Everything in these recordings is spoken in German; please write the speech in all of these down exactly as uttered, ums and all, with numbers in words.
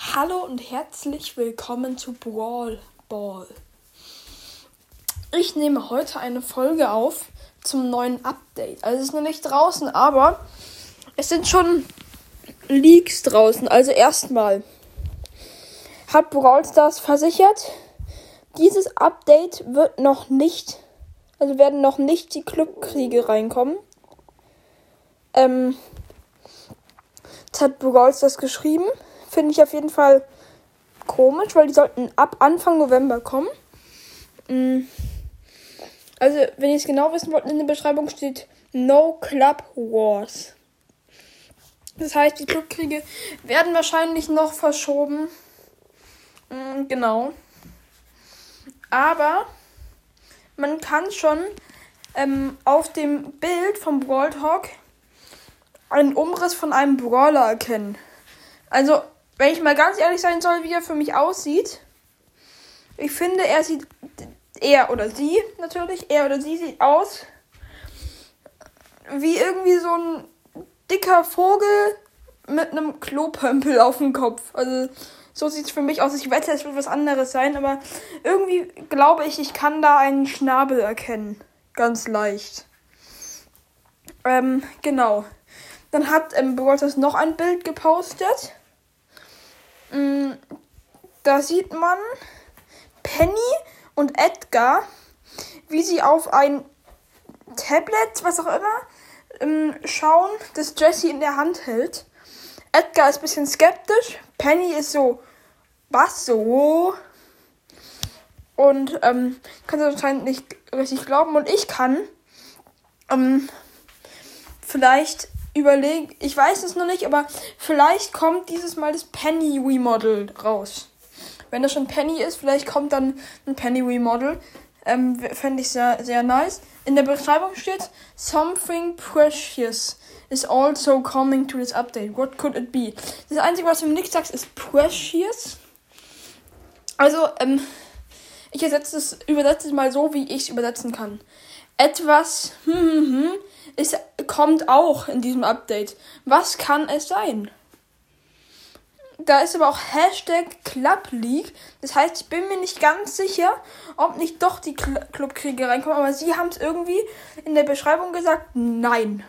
Hallo und herzlich willkommen zu Brawl Ball. Ich nehme heute eine Folge auf zum neuen Update. Also es ist noch nicht draußen, aber es sind schon Leaks draußen. Also erstmal hat Brawl Stars versichert, dieses Update wird noch nicht, also werden noch nicht die Clubkriege reinkommen. Ähm, das hat Brawl Stars geschrieben. Finde ich auf jeden Fall komisch, weil die sollten ab Anfang November kommen. Also, wenn ihr es genau wissen wollt, in der Beschreibung steht No Club Wars. Das heißt, die Clubkriege werden wahrscheinlich noch verschoben. Genau. Aber man kann schon ähm, auf dem Bild vom Brawl Talk einen Umriss von einem Brawler erkennen. Also, wenn ich mal ganz ehrlich sein soll, wie er für mich aussieht. Ich finde, er sieht, er oder sie natürlich, er oder sie sieht aus wie irgendwie so ein dicker Vogel mit einem Klopömpel auf dem Kopf. Also, so sieht es für mich aus. Ich wette, es wird was anderes sein, aber irgendwie glaube ich, ich kann da einen Schnabel erkennen. Ganz leicht. Ähm, genau. Dann hat ähm, Brawl Stars noch ein Bild gepostet. Mm, da sieht man Penny und Edgar, wie sie auf ein Tablet, was auch immer, ähm, schauen, das Jessie in der Hand hält. Edgar ist ein bisschen skeptisch. Penny ist so, was so? Und ähm, kann das anscheinend nicht richtig glauben. Und ich kann ähm, vielleicht überlegen, ich weiß es noch nicht, aber vielleicht kommt dieses Mal das Penny Remodel raus. Wenn das schon Penny ist, vielleicht kommt dann ein Penny Remodel. Ähm, fände ich sehr, sehr nice. In der Beschreibung steht, Something precious is also coming to this update. What could it be? Das Einzige, was du mir nicht sagst, ist precious. Also, ähm, ich ersetze es, übersetze es mal so, wie ich es übersetzen kann. Etwas, hm, hm, hm, es kommt auch in diesem Update. Was kann es sein? Da ist aber auch Hashtag Club League. Das heißt, ich bin mir nicht ganz sicher, ob nicht doch die Cl- Clubkriege reinkommen. Aber sie haben es irgendwie in der Beschreibung gesagt, nein.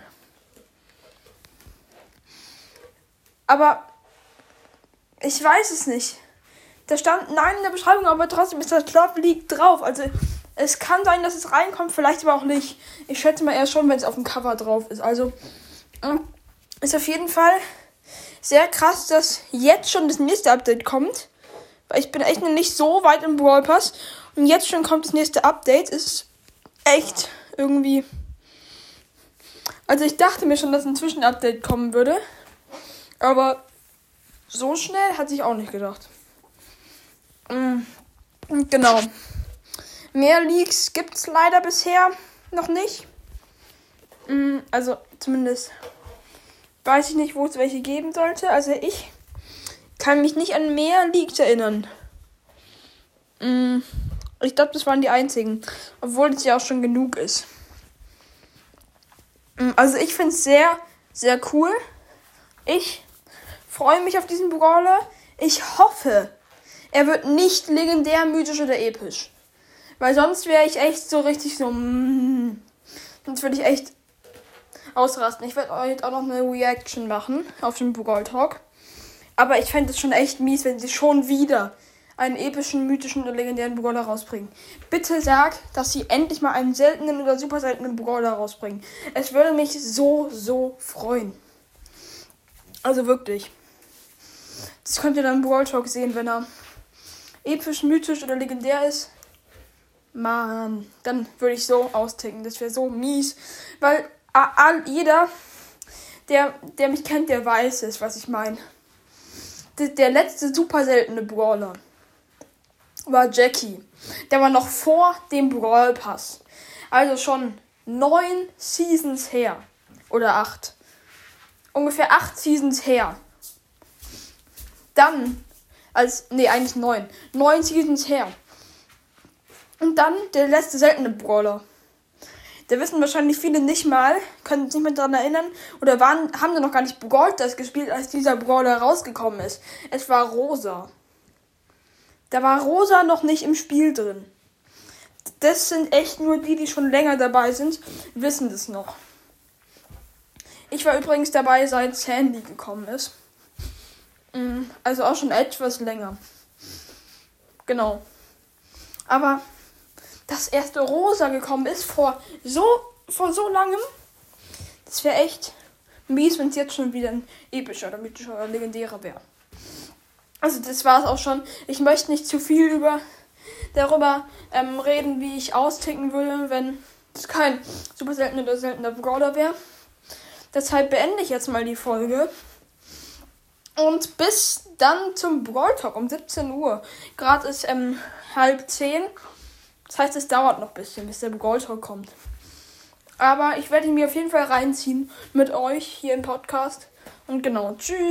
Aber ich weiß es nicht. Da stand nein in der Beschreibung, aber trotzdem ist das Club League drauf. Also es kann sein, dass es reinkommt, vielleicht aber auch nicht. Ich schätze mal eher schon, wenn es auf dem Cover drauf ist. Also ist auf jeden Fall sehr krass, dass jetzt schon das nächste Update kommt. Weil ich bin echt noch nicht so weit im Brawl Pass. Und jetzt schon kommt das nächste Update. Ist echt irgendwie... Also ich dachte mir schon, dass ein Zwischenupdate kommen würde. Aber so schnell hatte ich auch nicht gedacht. Mhm. Genau. Mehr Leaks gibt es leider bisher noch nicht. Also zumindest weiß ich nicht, wo es welche geben sollte. Also ich kann mich nicht an mehr Leaks erinnern. Ich glaube, das waren die einzigen. Obwohl es ja auch schon genug ist. Also ich finde es sehr, sehr cool. Ich freue mich auf diesen Brawler. Ich hoffe, er wird nicht legendär, mythisch oder episch. Weil sonst wäre ich echt so richtig so... Mm, sonst würde ich echt ausrasten. Ich werde heute auch noch eine Reaction machen auf den Brawl Talk. Aber ich fände es schon echt mies, wenn sie schon wieder einen epischen, mythischen oder legendären Brawler rausbringen. Bitte sag, dass sie endlich mal einen seltenen oder super seltenen Brawler rausbringen. Es würde mich so, so freuen. Also wirklich. Das könnt ihr dann im Brawl Talk sehen, wenn er episch, mythisch oder legendär ist. Mann, dann würde ich so austicken. Das wäre so mies. Weil all, jeder, der, der mich kennt, der weiß es, was ich meine. Der, der letzte super seltene Brawler war Jackie. Der war noch vor dem Brawl Pass. Also schon neun Seasons her. Oder acht. Ungefähr acht Seasons her. Dann, als, nee, eigentlich neun. Neun Seasons her. Und dann der letzte seltene Brawler. Da wissen wahrscheinlich viele nicht mal, können sich nicht mehr daran erinnern, oder waren, haben sie noch gar nicht Brawl Stars gespielt, als dieser Brawler rausgekommen ist. Es war Rosa. Da war Rosa noch nicht im Spiel drin. Das sind echt nur die, die schon länger dabei sind, wissen das noch. Ich war übrigens dabei, seit Sandy gekommen ist. Also auch schon etwas länger. Genau. Aber dass erste Rosa gekommen ist vor so, vor so langem, das wäre echt mies, wenn es jetzt schon wieder ein epischer oder mythischer oder legendärer wäre. Also das war es auch schon. Ich möchte nicht zu viel über darüber ähm, reden, wie ich austicken würde, wenn es kein super seltener oder seltener Brawler wäre. Deshalb beende ich jetzt mal die Folge. Und bis dann zum Brawl Talk um siebzehn Uhr. Gerade ist ähm, halb zehn. Das heißt, es dauert noch ein bisschen, bis der Brawl Talk kommt. Aber ich werde ihn mir auf jeden Fall reinziehen mit euch hier im Podcast. Und genau, tschüss.